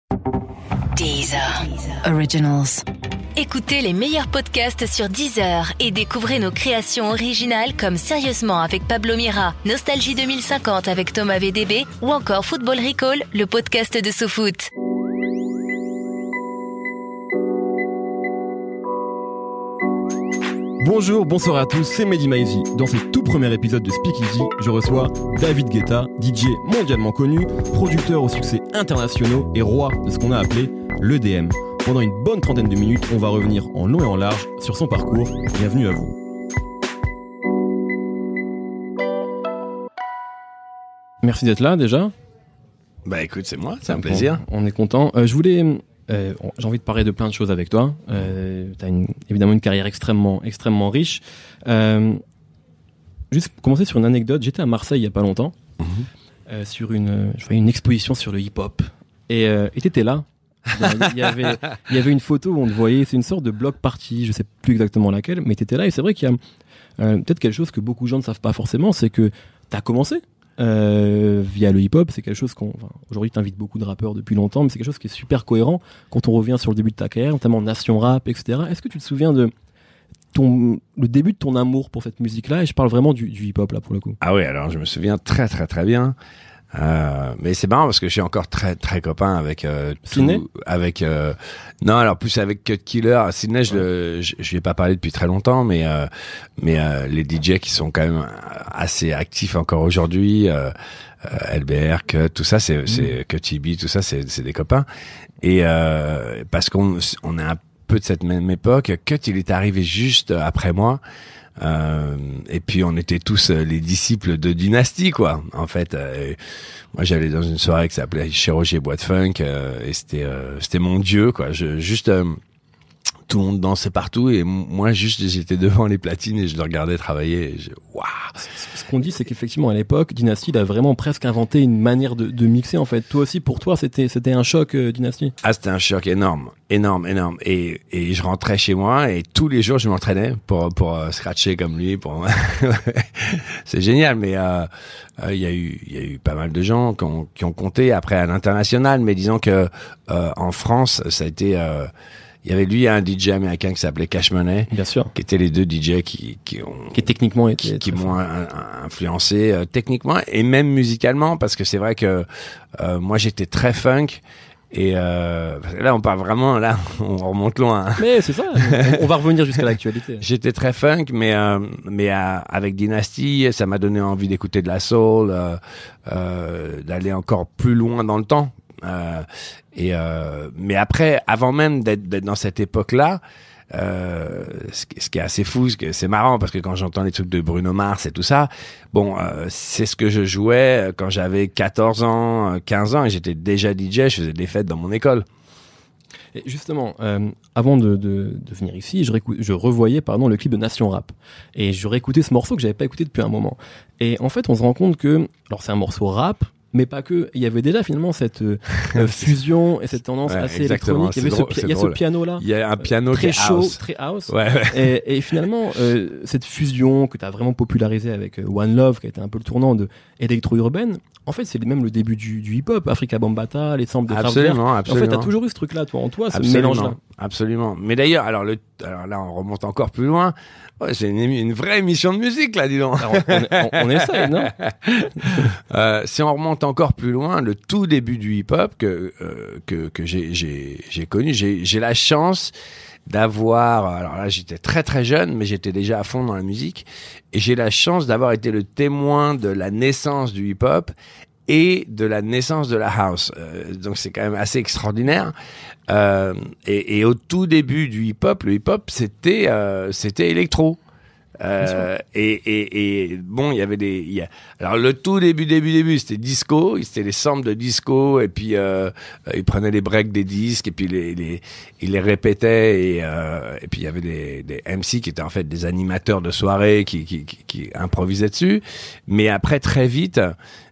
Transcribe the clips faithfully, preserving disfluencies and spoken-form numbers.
Deezer Originals. Écoutez les meilleurs podcasts sur Deezer et découvrez nos créations originales comme Sérieusement avec Pablo Mira, Nostalgie deux mille cinquante avec Thomas V D B ou encore Football Recall, le podcast de SoFoot. Bonjour, bonsoir à tous, c'est Mehdi Maizi. Dans ce tout premier épisode de Speakeasy, je reçois David Guetta, D J mondialement connu, producteur aux succès internationaux et roi de ce qu'on a appelé l'E D M. Pendant une bonne trentaine de minutes, on va revenir en long et en large sur son parcours. Bienvenue à vous. Merci d'être là déjà. Bah écoute, c'est moi, c'est un plaisir. On, on est content. Euh, je voulais... Euh, j'ai envie de parler de plein de choses avec toi. Euh, tu as évidemment une carrière extrêmement, extrêmement riche. Euh, juste pour commencer sur une anecdote, j'étais à Marseille il y a pas longtemps, mm-hmm. euh, sur une, je voyais une exposition sur le hip-hop. Et euh, tu étais là. Il y avait, il y avait une photo où on te voyait, c'est une sorte de block party, je sais plus exactement laquelle, mais tu étais là. Et c'est vrai qu'il y a euh, peut-être quelque chose que beaucoup de gens ne savent pas forcément, c'est que tu as commencé. Euh, via le hip-hop, c'est quelque chose qu'on... Enfin, aujourd'hui, t'invites beaucoup de rappeurs depuis longtemps, mais c'est quelque chose qui est super cohérent quand on revient sur le début de ta carrière, notamment Nation Rap, et cetera. Est-ce que tu te souviens de ton, le début de ton amour pour cette musique-là? Et je parle vraiment du, du hip-hop, là, pour le coup. Ah oui, alors je me souviens très, très, très bien. Euh, mais c'est marrant parce que je suis encore très très copain avec euh, Sydney tout, avec euh, non alors plus avec Cut Killer. Sydney, je, ouais. le, je je lui ai pas parlé depuis très longtemps, mais euh, mais euh, les D J qui sont quand même assez actifs encore aujourd'hui, euh, euh, L B R, Cut, tout ça, c'est mmh. c'est Cut T B, tout ça, c'est c'est des copains. Et euh, parce qu'on on est un peu de cette même époque. Cut, il est arrivé juste après moi. Euh, et puis on était tous euh, les disciples de Dynasty, quoi. En fait, euh, moi j'allais dans une soirée qui s'appelait Chez Roger Boîte Funk, euh, et c'était euh, c'était mon dieu, quoi. Je, juste euh, tout le monde dansait partout et moi juste j'étais devant les platines et je le regardais travailler. Et je, waouh. Ce qu'on dit, c'est qu'effectivement à l'époque, Dynasty il a vraiment presque inventé une manière de, de mixer. En fait, toi aussi pour toi c'était c'était un choc, euh, Dynasty. Ah, c'était un choc énorme, énorme, énorme. Et et je rentrais chez moi et tous les jours je m'entraînais pour pour euh, scratcher comme lui. Pour c'est génial. Mais euh, il euh, y a eu il y a eu pas mal de gens qui ont qui ont compté après à l'international. Mais disons que euh, en France ça a été euh, il y avait lui un D J américain qui s'appelait Cash Money, bien sûr, qui étaient les deux D J qui qui ont qui techniquement qui, qui m'ont influencé euh, techniquement et même musicalement parce que c'est vrai que euh, moi j'étais très funk et euh, là on parle vraiment là on remonte loin. Hein. Mais c'est ça, on, on va revenir jusqu'à l'actualité. J'étais très funk mais euh, mais euh, avec Dynasty ça m'a donné envie d'écouter de la soul, euh, euh, d'aller encore plus loin dans le temps. Euh, et euh, mais après, avant même d'être, d'être dans cette époque-là, euh, ce, ce qui est assez fou, c'est, c'est marrant parce que quand j'entends les trucs de Bruno Mars et tout ça, bon, euh, c'est ce que je jouais quand j'avais quatorze ans, quinze ans et j'étais déjà D J, je faisais des fêtes dans mon école. Et justement, euh, avant de, de, de venir ici, je, récou- je revoyais pardon, le clip de Nation Rap. Et je réécoutais ce morceau que j'avais pas écouté depuis un moment. Et en fait, on se rend compte que, alors c'est un morceau rap, mais pas que. Il y avait déjà finalement cette euh, fusion et cette tendance ouais, assez électronique. Il y avait drôle, ce, pi- il y a ce piano-là. Il y a un piano très qui est chaud, house. très house. Ouais, ouais. Et, et finalement, euh, cette fusion que tu as vraiment popularisée avec euh, One Love, qui a été un peu le tournant de électro-urbaine, en fait, c'est même le début du, du hip-hop. Africa Bambaataa, les samples de Kraftwerk. Absolument, absolument. En fait, tu as toujours eu ce truc-là, toi, en toi, ce absolument, mélange-là. Absolument. Mais d'ailleurs, alors, le, alors là, on remonte encore plus loin. Ouais, c'est une, une vraie émission de musique, là, dis donc. Alors, on, on, on essaye, non? euh, si on remonte encore plus loin, le tout début du hip-hop que, euh, que, que j'ai, j'ai, j'ai connu, j'ai, j'ai la chance d'avoir, alors là, j'étais très très jeune, mais j'étais déjà à fond dans la musique. Et j'ai la chance d'avoir été le témoin de la naissance du hip-hop et de la naissance de la house. Euh, donc c'est quand même assez extraordinaire. Euh, et, et au tout début du hip-hop, le hip-hop c'était euh, c'était électro. Euh, et, et, et bon, il y avait des. Il y a, alors le tout début, début, début, c'était disco. C'était les samples de disco, et puis euh, ils prenaient les breaks des disques, et puis les, les ils les répétaient, et, euh, et puis il y avait des, des M C qui étaient en fait des animateurs de soirée qui, qui, qui, qui improvisaient dessus. Mais après, très vite,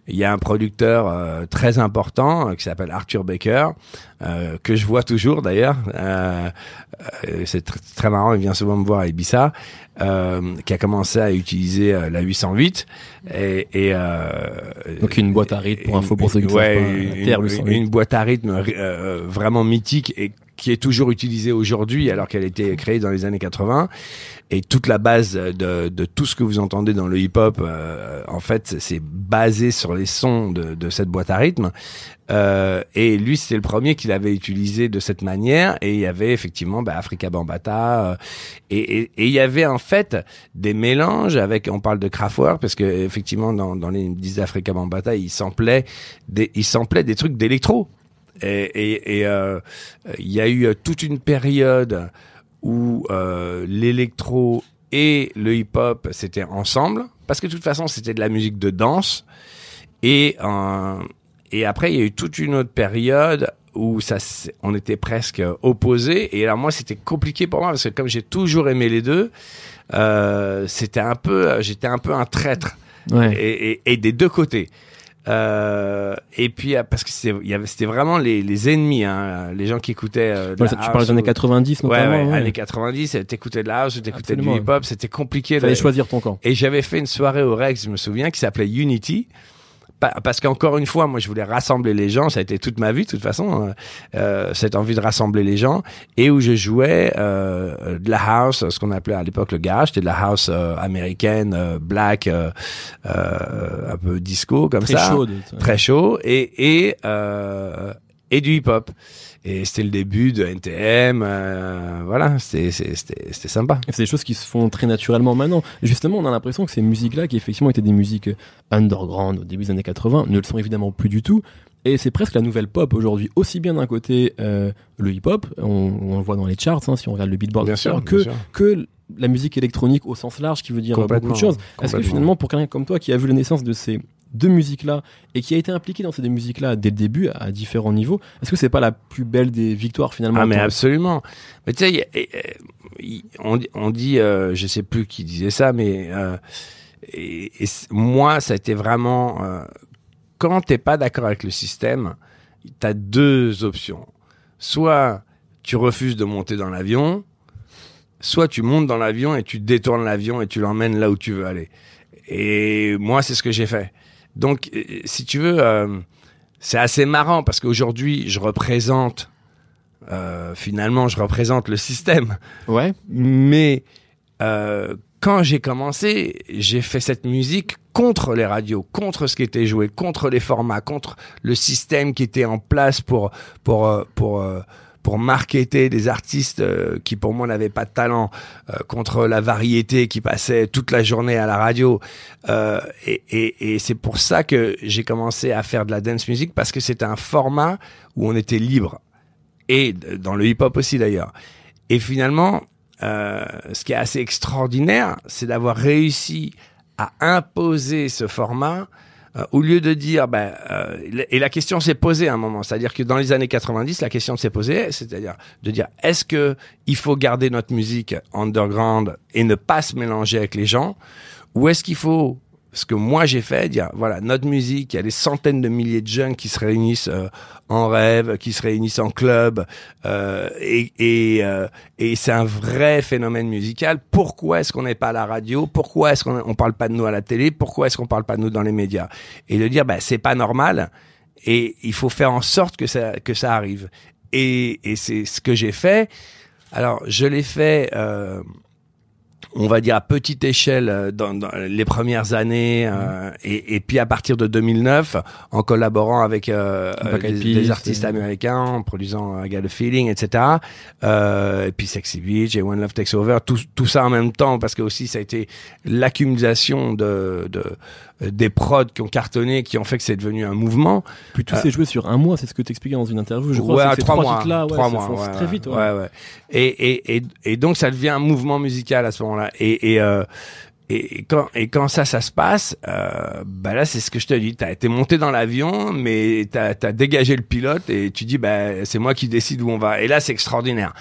il y a un producteur euh, très important euh, qui s'appelle Arthur Baker, euh, que je vois toujours d'ailleurs. Euh, euh, c'est tr- très marrant, il vient souvent me voir à Ibiza, euh, qui a commencé à utiliser euh, la huit cent huit. Et, et euh, Donc une boîte à rythme pour info pour ceux qui ne ouais, savent pas. une, La Terre huit cent huit. une boîte à rythme euh, vraiment mythique et qui est toujours utilisée aujourd'hui alors qu'elle a été créée dans les années quatre-vingts. Et toute la base de, de tout ce que vous entendez dans le hip-hop, euh, en fait, c'est basé sur les sons de, de cette boîte à rythme. Euh, et lui, c'était le premier qui l'avait utilisé de cette manière. Et il y avait effectivement bah, Afrika Bambaataa. Euh, et, et, et il y avait en fait des mélanges avec. On parle de Kraftwerk parce que effectivement, dans, dans les disques d'Afrika Bambaataa, il samplait des, il samplait des trucs d'électro. Et, et, et euh, il y a eu toute une période où euh, l'électro et le hip-hop c'était ensemble, parce que de toute façon c'était de la musique de danse, et euh, et après il y a eu toute une autre période où ça on était presque opposés, et alors moi c'était compliqué pour moi parce que comme j'ai toujours aimé les deux, euh, c'était un peu j'étais un peu un traître, Ouais. et, et, et des deux côtés. Euh, et puis parce que c'était, il y avait, c'était vraiment les, les ennemis, hein, les gens qui écoutaient. Euh, de Ouais, la tu parles des années ou... quatre-vingt-dix notamment. Ouais, ouais, ouais. années quatre-vingt-dix. T'écoutais de la house, t'écoutais Absolument. du hip-hop, c'était compliqué. Il fallait de... choisir ton camp. Et j'avais fait une soirée au Rex, je me souviens, qui s'appelait Unity. Parce qu'encore une fois, moi, je voulais rassembler les gens. Ça a été toute ma vie, de toute façon, euh, cette envie de rassembler les gens. Et où je jouais euh, de la house, ce qu'on appelait à l'époque le garage. C'était de la house euh, américaine, euh, black, euh, euh, un peu disco, comme Très ça. chaude. Très chaud. Et, et, euh, et du hip-hop. Et c'était le début de N T M. Euh, voilà, c'était, c'était, c'était sympa. Et c'est des choses qui se font très naturellement maintenant. Justement, on a l'impression que ces musiques-là, qui effectivement étaient des musiques underground au début des années quatre-vingts, ne le sont évidemment plus du tout. Et c'est presque la nouvelle pop aujourd'hui, aussi bien d'un côté euh, le hip-hop, on, on le voit dans les charts, hein, si on regarde le Beatboard, Bien et cetera, sûr, que, bien sûr. que la musique électronique au sens large, qui veut dire beaucoup de choses. Est-ce que Complètement. finalement, pour quelqu'un comme toi qui a vu la naissance de ces deux musiques-là et qui a été impliqué dans ces deux musiques-là dès le début à différents niveaux, est-ce que c'est pas la plus belle des victoires finalement? Ah mais absolument. Mais tu sais, y a- y a- y- on, dit- on dit, euh, je sais plus qui disait ça, mais euh, et, et c- moi, ça a été vraiment euh, quand t'es pas d'accord avec le système, t'as deux options. Soit tu refuses de monter dans l'avion, soit tu montes dans l'avion et tu détournes l'avion et tu l'emmènes là où tu veux aller. Et moi, c'est ce que j'ai fait. Donc, euh, si tu veux, euh, c'est assez marrant parce qu'aujourd'hui, je représente, euh, finalement, je représente le système. Ouais. Mais euh, quand j'ai commencé, j'ai fait cette musique contre les radios, contre ce qui était joué, contre les formats, contre le système qui était en place pour pour euh, pour euh, pour marketer des artistes euh, qui pour moi n'avaient pas de talent, euh, contre la variété qui passait toute la journée à la radio. Euh, et, et, et c'est pour ça que j'ai commencé à faire de la dance music, parce que c'était un format où on était libre. Et dans le hip-hop aussi d'ailleurs. Et finalement, euh, ce qui est assez extraordinaire, c'est d'avoir réussi à imposer ce format euh, au lieu de dire, ben, euh, et la question s'est posée à un moment, c'est-à-dire que dans les années quatre-vingt-dix, la question s'est posée, c'est-à-dire de dire, est-ce que il faut garder notre musique underground et ne pas se mélanger avec les gens, ou est-ce qu'il faut, ce que moi j'ai fait, dire, voilà, notre musique, il y a des centaines de milliers de jeunes qui se réunissent euh, en rêve, qui se réunissent en club, euh, et, et, euh, et c'est un vrai phénomène musical. Pourquoi est-ce qu'on n'est pas à la radio? Pourquoi est-ce qu'on on parle pas de nous à la télé? Pourquoi est-ce qu'on parle pas de nous dans les médias? Et de dire, bah, c'est pas normal, et il faut faire en sorte que ça, que ça arrive. Et, et c'est ce que j'ai fait. Alors, je l'ai fait... Euh, on va dire à petite échelle dans, dans les premières années, euh, et, et puis à partir de deux mille neuf, en collaborant avec euh, des, des artistes américains, en produisant I Got a Feeling, et cetera. Euh, et puis Sexy Beach et When Love Takes Over, tout, tout ça en même temps, parce que aussi ça a été l'accumulation de, de des prods qui ont cartonné, qui ont fait que c'est devenu un mouvement. Puis tout euh, s'est joué sur un mois, c'est ce que t'expliquais dans une interview, je crois. Ouais, c'est trois, trois mois, titres-là, ouais, trois mois, ouais, très vite. Ouais. Ouais, ouais. Et, et, et, et donc ça devient un mouvement musical à ce moment-là. Et, et, euh, et, et quand, et quand ça, ça se passe, euh, bah là, c'est ce que je te dis. T'as été monté dans l'avion, mais t'as, t'as dégagé le pilote et tu dis, bah, c'est moi qui décide où on va. Et là, c'est extraordinaire.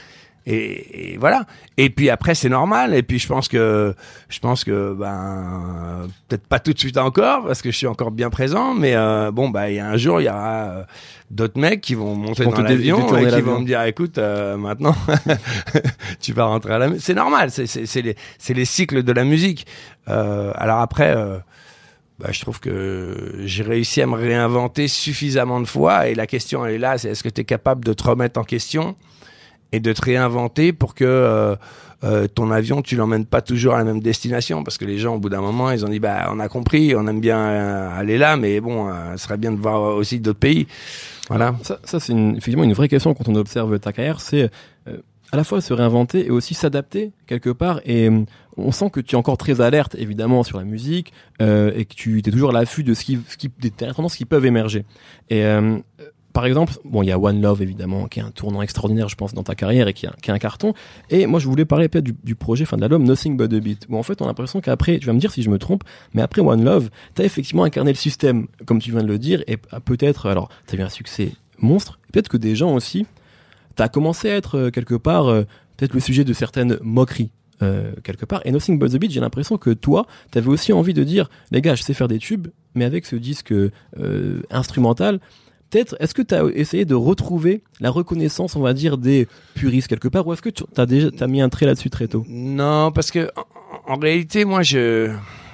et, et voilà. Et puis après c'est normal. Et puis je pense que je pense que ben peut-être pas tout de suite encore parce que je suis encore bien présent, mais euh, bon bah il y a un jour il y aura euh, d'autres mecs qui vont monter Pour dans te dé- l'avion détourner et qui l'avion. vont me dire écoute euh, maintenant tu vas rentrer à la maison. C'est normal. C'est c'est c'est les c'est les cycles de la musique. Euh, alors après. Euh, Bah, je trouve que j'ai réussi à me réinventer suffisamment de fois et la question elle est là, c'est est-ce que tu es capable de te remettre en question et de te réinventer pour que euh, euh, ton avion tu l'emmènes pas toujours à la même destination parce que les gens au bout d'un moment ils ont dit bah on a compris, on aime bien euh, aller là mais bon euh, ce serait bien de voir aussi d'autres pays. Voilà. Ça, ça c'est une, effectivement une vraie question quand on observe ta carrière, c'est euh, à la fois se réinventer et aussi s'adapter quelque part. Et euh, on sent que tu es encore très alerte, évidemment, sur la musique euh, et que tu es toujours à l'affût de ce qui, ce qui, des tendances qui peuvent émerger. Et euh, par exemple, bon, il y a One Love, évidemment, qui est un tournant extraordinaire, je pense, dans ta carrière et qui est un, qui est un carton. Et moi, je voulais parler peut-être du, du projet, enfin, de l'album Nothing But a Beat, où en fait, on a l'impression qu'après, tu vas me dire si je me trompe, mais après One Love, t'as effectivement incarné le système, comme tu viens de le dire, et peut-être, alors, t'as eu un succès monstre, et peut-être que des gens aussi, t'as commencé à être euh, quelque part euh, peut-être le sujet de certaines moqueries euh, quelque part. Et Nothing But the Beat, j'ai l'impression que toi, t'avais aussi envie de dire, les gars, je sais faire des tubes, mais avec ce disque euh, instrumental, peut-être, est-ce que t'as essayé de retrouver la reconnaissance, on va dire, des puristes quelque part, ou est-ce que tu t'as déjà t'as mis un trait là-dessus très tôt? Non, parce que en, en réalité, moi, je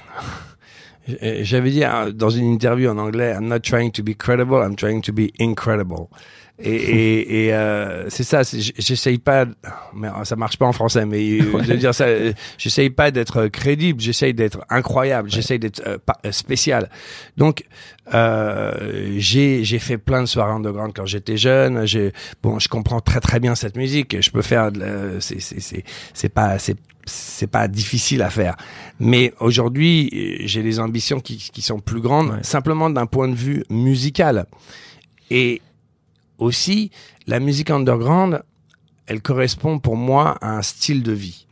j'avais dit dans une interview en anglais, I'm not trying to be credible, I'm trying to be incredible. Et, et, et euh, c'est ça, c'est, j'essaye pas, mais ça marche pas en français, mais je veux dire ça, j'essaye pas d'être crédible, j'essaye d'être incroyable, ouais. J'essaye d'être euh, pas, spécial. Donc euh, j'ai j'ai fait plein de soirées underground quand j'étais jeune. J'ai bon, je comprends très très bien cette musique. Je peux faire, de la, c'est c'est c'est c'est pas c'est c'est pas difficile à faire. Mais aujourd'hui, j'ai des ambitions qui qui sont plus grandes, ouais. Simplement d'un point de vue musical. Et aussi, la musique underground, elle correspond pour moi à un style de vie.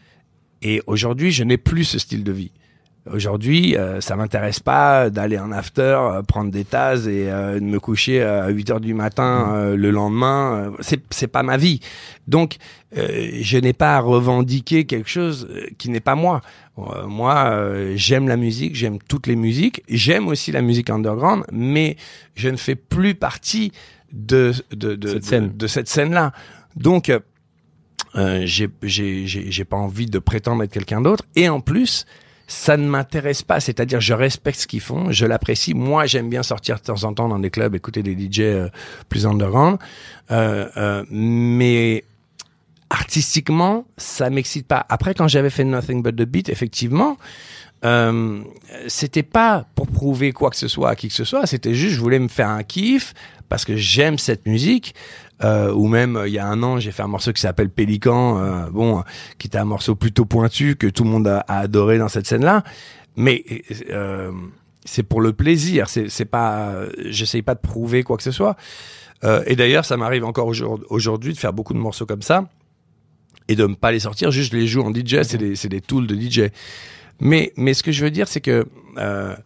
Et aujourd'hui, je n'ai plus ce style de vie. Aujourd'hui, euh, ça m'intéresse pas d'aller en after, euh, prendre des tasses et euh, de me coucher à huit heures du matin euh, le lendemain. Euh, c'est c'est pas ma vie. Donc, euh, je n'ai pas à revendiquer quelque chose qui n'est pas moi. Euh, moi, euh, j'aime la musique, j'aime toutes les musiques, j'aime aussi la musique underground, mais je ne fais plus partie de de de cette de, scène. de, de cette scène-là. Donc euh, j'ai j'ai j'ai j'ai pas envie de prétendre être quelqu'un d'autre et en plus ça ne m'intéresse pas, c'est-à-dire je respecte ce qu'ils font, je l'apprécie. Moi, j'aime bien sortir de temps en temps dans des clubs, écouter des D J euh, plus underground, euh, euh, mais artistiquement, ça m'excite pas. Après, quand j'avais fait Nothing But the Beat, effectivement, euh, c'était pas pour prouver quoi que ce soit à qui que ce soit, c'était juste je voulais me faire un kiff parce que j'aime cette musique. Euh, ou même il y a un an j'ai fait un morceau qui s'appelle Pélican, euh, bon, qui était un morceau plutôt pointu que tout le monde a, a adoré dans cette scène-là, mais euh, c'est pour le plaisir, c'est, c'est pas, j'essaye pas de prouver quoi que ce soit. Euh, et d'ailleurs ça m'arrive encore aujourd'hui de faire beaucoup de morceaux comme ça et de ne pas les sortir, juste je les joue en D J, c'est des c'est des tools de D J. Mais mais ce que je veux dire c'est que euh,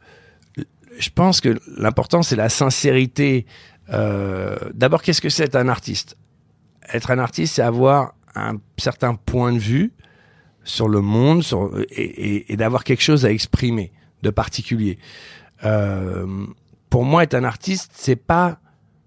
je pense que l'important c'est la sincérité. Euh, d'abord, qu'est-ce que c'est être un artiste ? Être un artiste, c'est avoir un certain point de vue sur le monde sur, et, et, et d'avoir quelque chose à exprimer de particulier. Euh, pour moi, être un artiste, c'est pas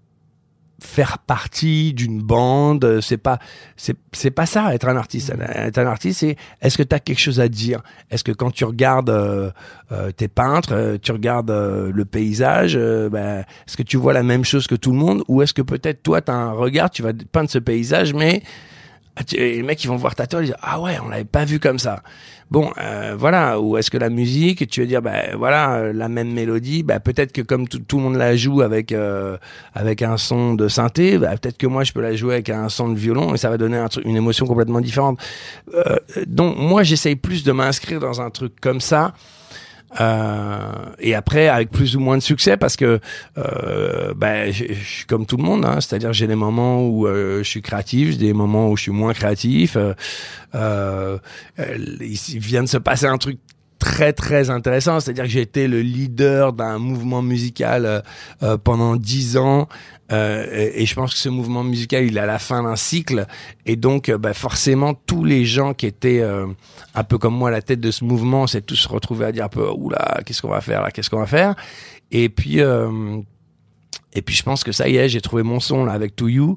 faire partie d'une bande, c'est pas c'est c'est pas ça être un artiste. Être un artiste, c'est est-ce que tu as quelque chose à dire ? Est-ce que quand tu regardes euh, euh, tes peintres, euh, tu regardes euh, le paysage, euh, ben, est-ce que tu vois la même chose que tout le monde ou est-ce que peut-être toi tu as un regard, tu vas peindre ce paysage mais tu, les mecs ils vont voir ta toile et dire ah ouais, on l'avait pas vu comme ça. Bon, euh, voilà. Ou est-ce que la musique, tu veux dire, ben voilà, la même mélodie, ben peut-être que comme tout, tout le monde la joue avec euh, avec un son de synthé, ben peut-être que moi je peux la jouer avec un son de violon et ça va donner un truc, une émotion complètement différente. Euh, donc moi j'essaye plus de m'inscrire dans un truc comme ça. Euh, et après avec plus ou moins de succès parce que euh, ben je suis comme tout le monde, hein, c'est-à-dire j'ai des moments où euh, je suis créatif, j'ai des moments où je suis moins créatif. Euh, euh, il vient de se passer un truc très très intéressant, c'est-à-dire que j'ai été le leader d'un mouvement musical euh, euh, pendant dix ans. Euh, et, et je pense que ce mouvement musical, il est à la fin d'un cycle, et donc euh, bah, forcément tous les gens qui étaient euh, un peu comme moi à la tête de ce mouvement, s'est tous retrouvés à dire un peu oula, qu'est-ce qu'on va faire là, qu'est-ce qu'on va faire. Et puis euh, et puis je pense que ça y est, j'ai trouvé mon son là avec To You.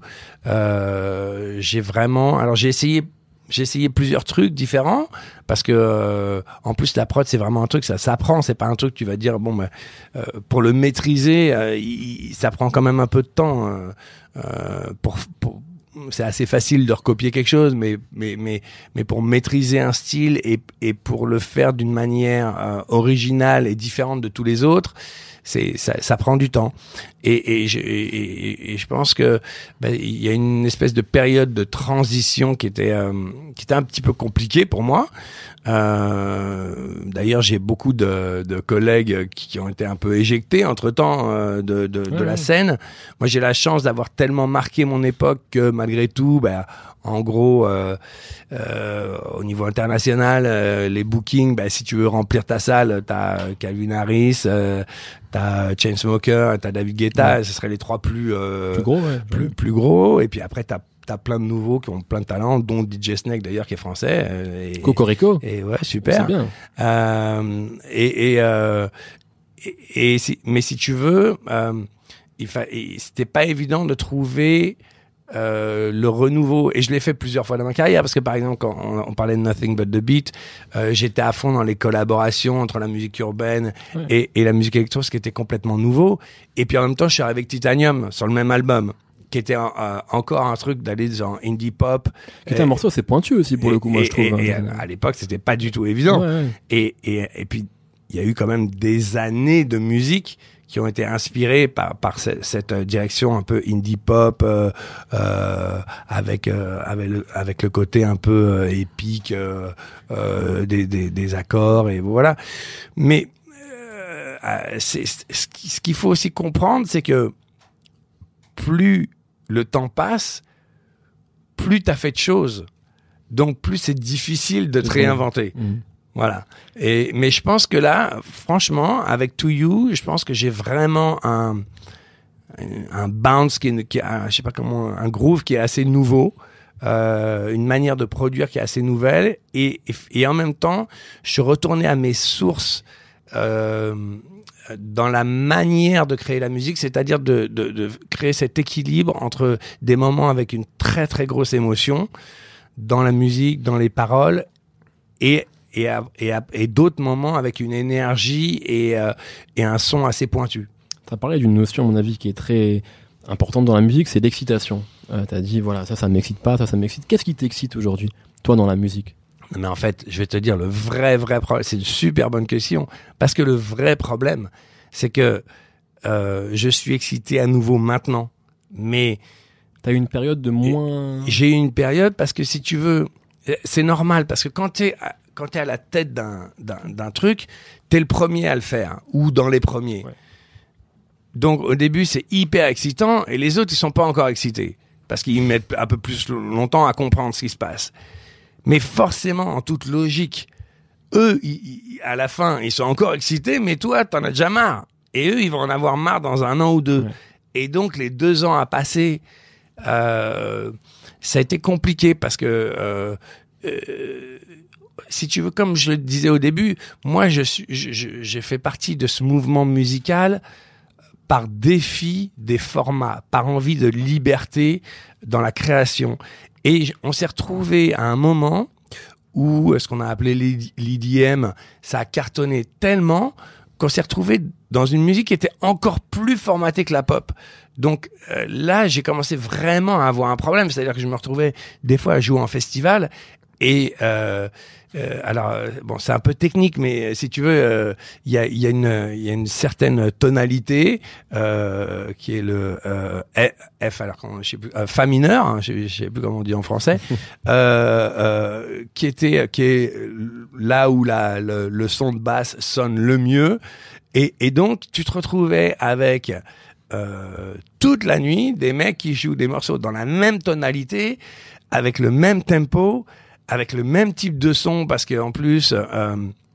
Euh, j'ai vraiment, alors j'ai essayé J'ai essayé plusieurs trucs différents parce que euh, en plus la prod c'est vraiment un truc, ça s'apprend, c'est pas un truc que tu vas dire bon ben euh, pour le maîtriser euh, il, ça prend quand même un peu de temps euh, euh, pour, pour c'est assez facile de recopier quelque chose, mais mais mais mais pour maîtriser un style et et pour le faire d'une manière euh, originale et différente de tous les autres, c'est ça, ça prend du temps. Et et je et, et je pense que ben, il y a une espèce de période de transition qui était euh, qui était un petit peu compliquée pour moi. Euh, d'ailleurs, j'ai beaucoup de, de collègues qui, qui ont été un peu éjectés entre-temps euh, de, de, de ouais. la scène. Moi, j'ai la chance d'avoir tellement marqué mon époque que malgré tout, ben, en gros, euh, euh, au niveau international, euh, les bookings, ben, si tu veux remplir ta salle, t'as Calvin Harris, euh, t'as Chainsmokers, t'as David Guetta, ouais. Ce seraient les trois plus euh, plus gros, ouais. plus, plus gros. Et puis après, t'as t'as plein de nouveaux qui ont plein de talents, dont D J Snake d'ailleurs qui est français. Et, Cocorico. Et ouais, super. C'est bien. Euh, et et, euh, et, et si, mais si tu veux, euh, il fa, c'était pas évident de trouver euh, le renouveau. Et je l'ai fait plusieurs fois dans ma carrière parce que par exemple quand on, on parlait de Nothing But The Beat, euh, j'étais à fond dans les collaborations entre la musique urbaine ouais. et, et la musique électro, ce qui était complètement nouveau. Et puis en même temps, je suis arrivé avec Titanium sur le même album, qui était un, euh, encore un truc d'aller dans indie pop. Qui était un morceau assez pointu aussi pour et, le coup, moi et, je trouve. Et, hein. et à, à l'époque, c'était pas du tout évident. Ouais, ouais. Et, et, et puis, il y a eu quand même des années de musique qui ont été inspirées par, par cette, cette direction un peu indie pop, euh, euh, avec, euh, avec, le, avec le côté un peu euh, épique euh, euh, des, des, des accords, et voilà. Mais euh, c'est, ce qu'il faut aussi comprendre, c'est que plus le temps passe, plus t'as fait de choses, donc plus c'est difficile de te réinventer. Mmh. Voilà. Et mais je pense que là, franchement, avec To You, je pense que j'ai vraiment un un bounce qui est, qui a, je sais pas comment, un groove qui est assez nouveau, euh, une manière de produire qui est assez nouvelle, et et, et en même temps, je suis retourné à mes sources. Euh, dans la manière de créer la musique, c'est-à-dire de, de, de créer cet équilibre entre des moments avec une très très grosse émotion dans la musique, dans les paroles, et et, à, et, à, et d'autres moments avec une énergie et, euh, et un son assez pointu. Tu as parlé d'une notion, à mon avis, qui est très importante dans la musique, c'est l'excitation. Euh, tu as dit, voilà, ça, ça m'excite pas, ça, ça m'excite. Qu'est-ce qui t'excite aujourd'hui, toi, dans la musique ? Mais en fait, je vais te dire, le vrai, vrai problème, c'est une super bonne question, parce que le vrai problème, c'est que euh, je suis excité à nouveau maintenant, mais... T'as eu une période de moins... J'ai eu une période, parce que si tu veux, c'est normal, parce que quand t'es, quand t'es à la tête d'un, d'un, d'un truc, t'es le premier à le faire, ou dans les premiers. Ouais. Donc au début, c'est hyper excitant, et les autres, ils sont pas encore excités, parce qu'ils mettent un peu plus longtemps à comprendre ce qui se passe. Mais forcément, en toute logique, eux, ils, ils, à la fin, ils sont encore excités, mais toi, t'en as déjà marre. Et eux, ils vont en avoir marre dans un an ou deux. Ouais. Et donc, les deux ans à passer, euh, ça a été compliqué parce que, euh, euh, si tu veux, comme je le disais au début, moi, je suis, je, je, j'ai fait partie de ce mouvement musical par défi des formats, par envie de liberté dans la création. Et on s'est retrouvé à un moment où ce qu'on a appelé l'E D M, ça a cartonné tellement qu'on s'est retrouvé dans une musique qui était encore plus formatée que la pop. Donc euh, là, j'ai commencé vraiment à avoir un problème. C'est-à-dire que je me retrouvais des fois à jouer en festival et... Euh, Euh, alors bon, c'est un peu technique, mais si tu veux, il euh, y a il y a une il y a une certaine tonalité euh, qui est le euh, F, alors je sais plus, euh, fa mineur, hein, je, je sais plus comment on dit en français, euh, euh, qui était qui est là où la le, le son de basse sonne le mieux, et et donc tu te retrouvais avec euh, toute la nuit des mecs qui jouent des morceaux dans la même tonalité, avec le même tempo, avec le même type de son, parce que en plus, euh,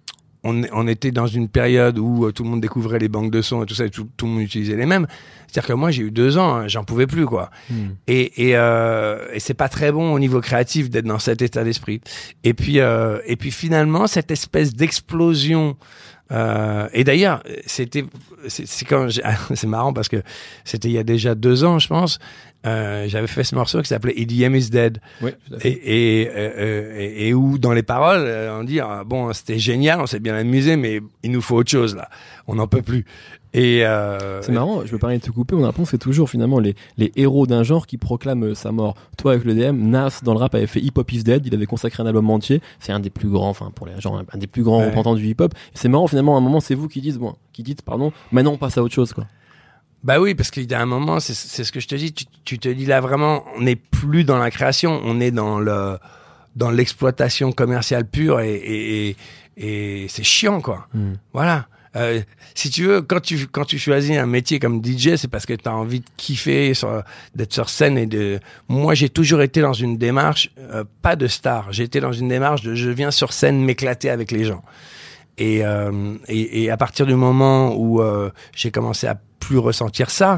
on, on était dans une période où euh, tout le monde découvrait les banques de sons et tout ça, et tout, tout le monde utilisait les mêmes. C'est-à-dire que moi, j'ai eu deux ans, hein, j'en pouvais plus, quoi. Mm. Et, et, euh, et c'est pas très bon au niveau créatif d'être dans cet état d'esprit. Et puis, euh, et puis finalement, cette espèce d'explosion. Euh, et d'ailleurs, c'était, c'est, c'est quand j'ai, c'est marrant parce que c'était il y a déjà deux ans, je pense. Euh, j'avais fait ce morceau qui s'appelait E D M is Dead. Oui, et, et, euh, et, et où dans les paroles, on dit ah, bon, c'était génial, on s'est bien amusé, mais il nous faut autre chose là. On n'en peut plus. Et euh, c'est marrant, je me permets de te couper, on apprend que c'est toujours finalement les, les héros d'un genre qui proclament sa mort. Toi avec le D M, Nas dans le rap avait fait Hip Hop is Dead, il avait consacré un album entier, c'est un des plus grands, enfin pour les gens, un des plus grands ouais. représentants du hip hop. Et c'est marrant finalement, à un moment c'est vous qui dites, bon, qui dites pardon, maintenant on passe à autre chose quoi. Bah oui, parce qu'il y a un moment, c'est, c'est ce que je te dis, tu, tu te dis là vraiment, on n'est plus dans la création, on est dans le dans l'exploitation commerciale pure et et, et, et c'est chiant quoi. Mm. Voilà. Euh, si tu veux, quand tu quand tu choisis un métier comme D J, c'est parce que tu as envie de kiffer, sur, d'être sur scène et de. Moi, j'ai toujours été dans une démarche euh, pas de star. J'ai été dans une démarche de je viens sur scène m'éclater avec les gens. Et euh, et, et à partir du moment où euh, j'ai commencé à plus ressentir ça,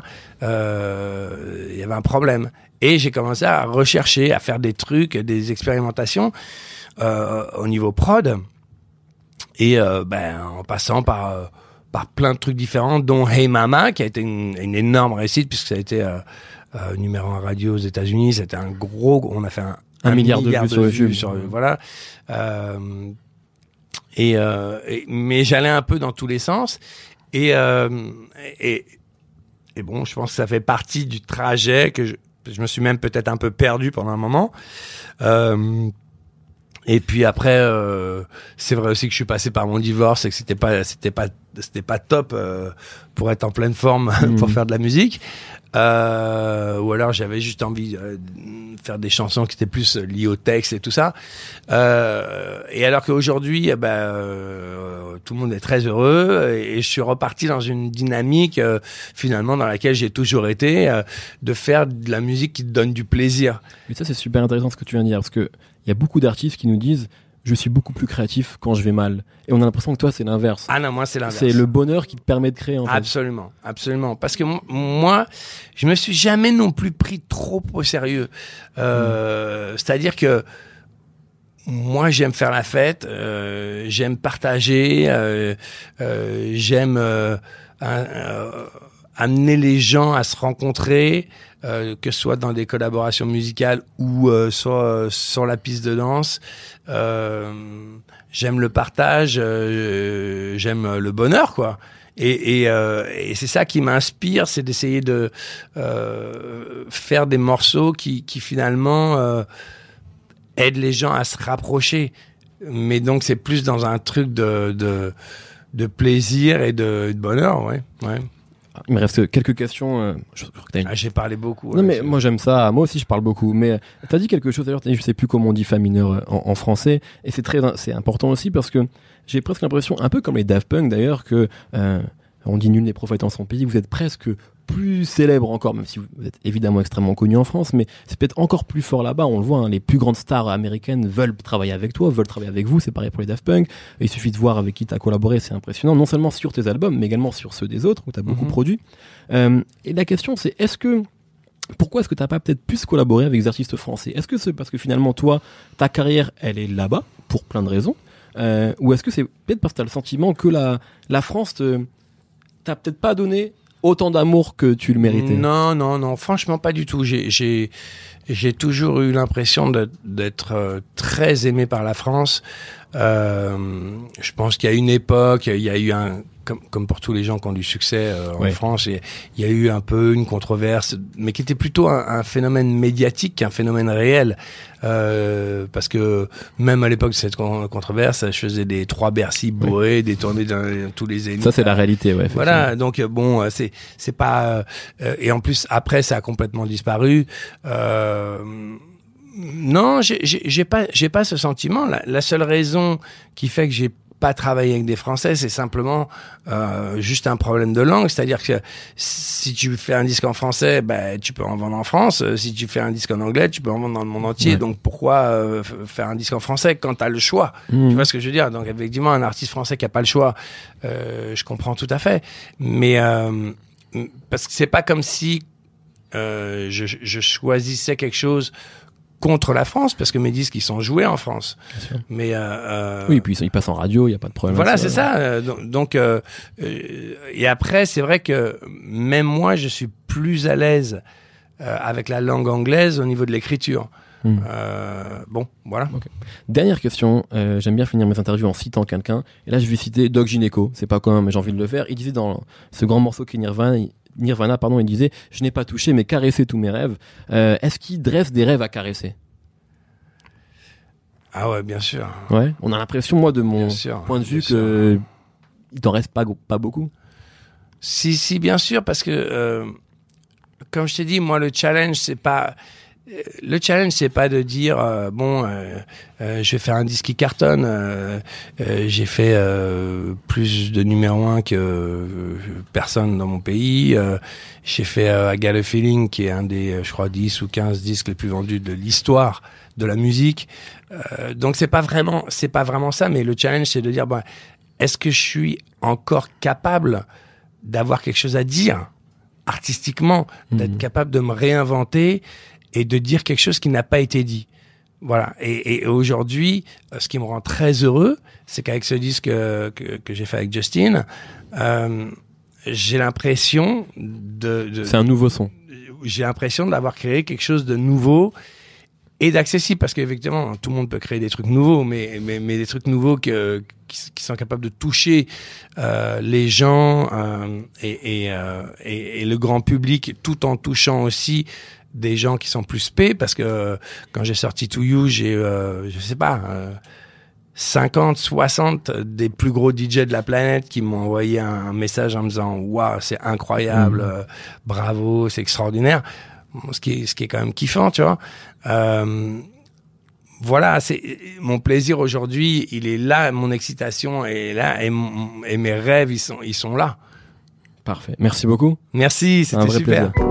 euh, il y avait un problème. Et j'ai commencé à rechercher, à faire des trucs, des expérimentations euh, au niveau prod. Et euh, ben en passant par euh, par plein de trucs différents, dont Hey Mama qui a été une, une énorme réussite puisque ça a été euh, euh, numéro un radio aux États-Unis. C'était un gros, on a fait un, un, un milliard, milliard de vues vues sur, sur sur voilà. Euh, et, euh, et mais j'allais un peu dans tous les sens et euh, et et bon, je pense que ça fait partie du trajet que je, je me suis même peut-être un peu perdu pendant un moment. Euh, Et puis après, euh, c'est vrai aussi que je suis passé par mon divorce et que c'était pas, c'était pas, c'était pas top euh, pour être en pleine forme mmh. pour faire de la musique. Euh, ou alors j'avais juste envie euh, de faire des chansons qui étaient plus liées au texte et tout ça. Euh, et alors qu'aujourd'hui, eh ben, euh, tout le monde est très heureux et, et je suis reparti dans une dynamique euh, finalement dans laquelle j'ai toujours été, euh, de faire de la musique qui te donne du plaisir. Mais ça c'est super intéressant ce que tu viens de dire parce que il y a beaucoup d'artistes qui nous disent je suis beaucoup plus créatif quand je vais mal. Et on a l'impression que toi, c'est l'inverse. Ah non, moi, c'est l'inverse. C'est le bonheur qui te permet de créer, en fait. Absolument, absolument. Parce que moi, je me suis jamais non plus pris trop au sérieux. Euh, mmh. C'est-à-dire que moi, j'aime faire la fête, euh, j'aime partager, euh, euh, j'aime euh, euh, amener les gens à se rencontrer, euh, que ce soit dans des collaborations musicales ou euh, soit euh, sur la piste de danse. Euh, j'aime le partage, euh, j'aime le bonheur, quoi. Et, et, euh, et c'est ça qui m'inspire, c'est d'essayer de euh, faire des morceaux qui, qui finalement euh, aident les gens à se rapprocher. Mais donc c'est plus dans un truc de de, de plaisir et de, de bonheur, ouais, ouais. Il me reste quelques questions. Euh, je, je crois que t'as une... ah, j'ai parlé beaucoup. Non, ouais, mais moi j'aime ça. Moi aussi je parle beaucoup. Mais t'as dit quelque chose d'ailleurs. T'as dit, je sais plus comment on dit fa mineur en, en français. Et c'est très, c'est important aussi parce que j'ai presque l'impression, un peu comme les Daft Punk d'ailleurs, que euh, on dit nul n'est prophète en son pays. Vous êtes presque plus célèbre encore, même si vous êtes évidemment extrêmement connu en France, mais c'est peut-être encore plus fort là-bas. On le voit, hein, les plus grandes stars américaines veulent travailler avec toi, veulent travailler avec vous. C'est pareil pour les Daft Punk. Il suffit de voir avec qui tu as collaboré, c'est impressionnant, non seulement sur tes albums, mais également sur ceux des autres, où tu as beaucoup mm-hmm. produit. Euh, et la question, c'est est-ce que pourquoi est-ce que tu n'as pas peut-être plus collaboré avec des artistes français ? Est-ce que c'est parce que finalement, toi, ta carrière, elle est là-bas, pour plein de raisons, euh, ou est-ce que c'est peut-être parce que tu as le sentiment que la, la France te, t'a peut-être pas donné autant d'amour que tu le méritais? Non, non, non, franchement pas du tout. J'ai, j'ai, j'ai toujours eu l'impression de, d'être euh, très aimé par la France. Euh, je pense qu'il y a une époque, il y a eu un, comme, comme pour tous les gens qui ont du succès euh, en ouais. France, il y a eu un peu une controverse, mais qui était plutôt un, un phénomène médiatique qu'un phénomène réel. Euh, parce que même à l'époque de cette controverse, je faisais des trois Bercy bourrés, oui. des tournées dans, dans tous les Zéniths. Ça c'est la réalité, ouais. Voilà, donc bon, c'est c'est pas euh, et en plus après ça a complètement disparu. Euh, non, j'ai j'ai, j'ai pas j'ai pas ce sentiment. La, la seule raison qui fait que j'ai pas travailler avec des Français, c'est simplement euh, juste un problème de langue. C'est-à-dire que si tu fais un disque en français, ben tu peux en vendre en France. Si tu fais un disque en anglais, tu peux en vendre dans le monde entier. Ouais. Donc pourquoi euh, faire un disque en français quand t'as le choix? Mmh. Tu vois ce que je veux dire? Donc effectivement, un artiste français qui a pas le choix, euh, je comprends tout à fait. Mais euh, parce que c'est pas comme si euh, je, je choisissais quelque chose contre la France, parce que mes disques, ils sont joués en France. Mais, euh, euh... oui, et puis ils passent en radio, il n'y a pas de problème. Voilà, c'est ça. Euh, donc, euh, euh, et après, c'est vrai que même moi, je suis plus à l'aise euh, avec la langue anglaise au niveau de l'écriture. Mmh. Euh, bon, voilà. Okay. Dernière question. Euh, j'aime bien finir mes interviews en citant quelqu'un. Et là, je vais citer Doc Gineco. C'est pas commun, mais j'ai envie de le faire. Il disait dans ce grand morceau qui est Nirvana, il... Nirvana, pardon, il disait « Je n'ai pas touché, mais caressé tous mes rêves. Euh, » Est-ce qu'il dresse des rêves à caresser? Ah ouais, bien sûr. Ouais, on a l'impression, moi, de mon sûr, point de vue, que il t'en reste pas, pas beaucoup. Si, si, bien sûr, parce que, euh, comme je t'ai dit, moi, le challenge, c'est pas... Le challenge, c'est pas de dire euh, bon, euh, euh, je vais faire un disque qui cartonne. Euh, euh, j'ai fait euh, plus de numéro un que euh, personne dans mon pays. Euh, j'ai fait euh, I Got a Feeling, qui est un des, je crois, dix ou quinze disques les plus vendus de l'histoire de la musique. Euh, donc c'est pas vraiment, c'est pas vraiment ça. Mais le challenge, c'est de dire bon, est-ce que je suis encore capable d'avoir quelque chose à dire artistiquement, mmh. d'être capable de me réinventer et de dire quelque chose qui n'a pas été dit. Voilà. Et, et aujourd'hui, ce qui me rend très heureux, c'est qu'avec ce disque que, que, que j'ai fait avec Justin, euh, j'ai l'impression de, de... C'est un nouveau son. J'ai l'impression d'avoir créé quelque chose de nouveau et d'accessible, parce qu'effectivement, tout le monde peut créer des trucs nouveaux, mais, mais, mais des trucs nouveaux que, qui, qui sont capables de toucher euh, les gens euh, et, et, euh, et, et le grand public, tout en touchant aussi des gens qui sont plus spé, parce que euh, quand j'ai sorti To You, j'ai, euh, je sais pas, euh, cinquante, soixante des plus gros D J de la planète qui m'ont envoyé un, un message en me disant « Waouh, c'est incroyable, mmh. euh, bravo, c'est extraordinaire ». Ce qui est, ce qui est quand même kiffant, tu vois. Euh, voilà, c'est mon plaisir aujourd'hui, il est là, mon excitation est là, et, mon, et mes rêves, ils sont, ils sont là. Parfait. Merci beaucoup. Merci, c'était super. Plaisir.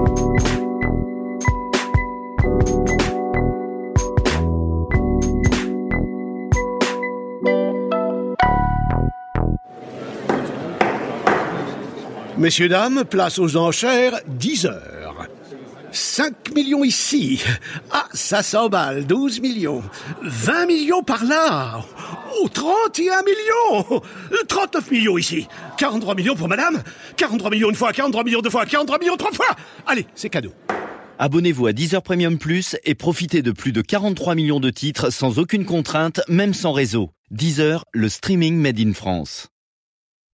Messieurs, dames, place aux enchères, dix heures. cinq millions ici. Ah, ça s'emballe, douze millions. vingt millions par là. Oh, trente et un millions. trente-neuf millions ici. quarante-trois millions pour madame. quarante-trois millions une fois, quarante-trois millions deux fois, quarante-trois millions trois fois. Allez, c'est cadeau. Abonnez-vous à Deezer Premium Plus et profitez de plus de quarante-trois millions de titres sans aucune contrainte, même sans réseau. Deezer, le streaming made in France.